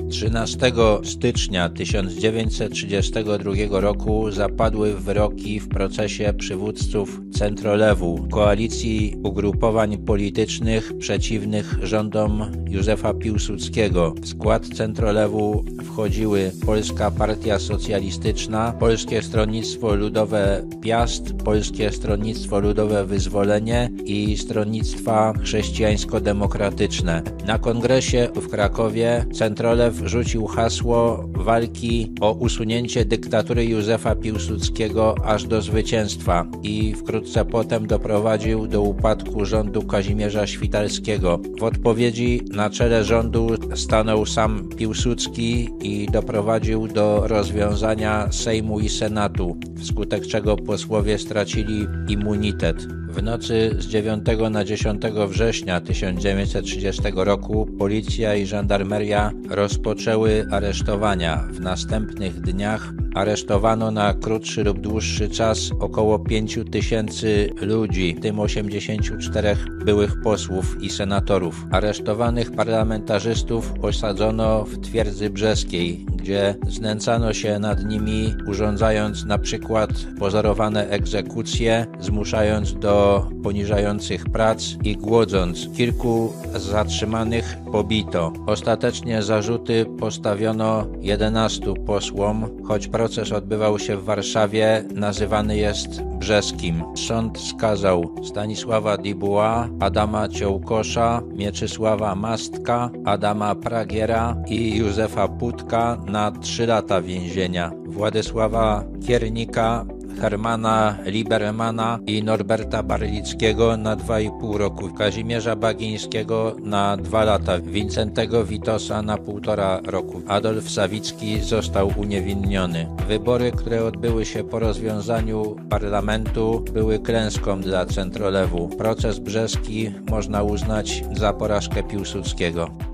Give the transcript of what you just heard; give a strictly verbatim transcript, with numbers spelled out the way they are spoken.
trzynastego stycznia tysiąc dziewięćset trzydziestego drugiego roku zapadły wyroki w procesie przywódców Centrolewu, koalicji ugrupowań politycznych przeciwnych rządom Józefa Piłsudskiego. W skład Centrolewu wchodziły Polska Partia Socjalistyczna, Polskie Stronnictwo Ludowe Piast, Polskie Stronnictwo Ludowe Wyzwolenie i Stronnictwa Chrześcijańsko-Demokratyczne. Na kongresie w Krakowie Centrolew rzucił hasło walki o usunięcie dyktatury Józefa Piłsudskiego aż do zwycięstwa i wkrótce potem doprowadził do upadku rządu Kazimierza Świtalskiego. W odpowiedzi na czele rządu stanął sam Piłsudski i doprowadził do rozwiązania Sejmu i Senatu, wskutek czego posłowie stracili immunitet. W nocy z dziewiątego na dziesiątego września tysiąc dziewięćset trzydziestego roku policja i żandarmeria rozpoczęły aresztowania. W następnych dniach aresztowano na krótszy lub dłuższy czas około pięciu tysięcy ludzi, w tym osiemdziesięciu czterech byłych posłów i senatorów. Aresztowanych parlamentarzystów osadzono w Twierdzy Brzeskiej, gdzie znęcano się nad nimi, urządzając na przykład pozorowane egzekucje, zmuszając do poniżających prac i głodząc. Kilku zatrzymanych pobito. Ostatecznie zarzuty postawiono jedenastu posłom, choć proces odbywał się w Warszawie, nazywany jest brzeskim. Sąd skazał Stanisława Dibuła, Adama Ciołkosza, Mieczysława Mastka, Adama Pragiera i Józefa Putka na trzy lata więzienia, Władysława Kiernika, Hermana Libermana i Norberta Barlickiego na dwa i pół roku, Kazimierza Bagińskiego na dwa lata, Wincentego Witosa na półtora roku. Adolf Sawicki został uniewinniony. Wybory, które odbyły się po rozwiązaniu parlamentu, były klęską dla Centrolewu. Proces brzeski można uznać za porażkę Piłsudskiego.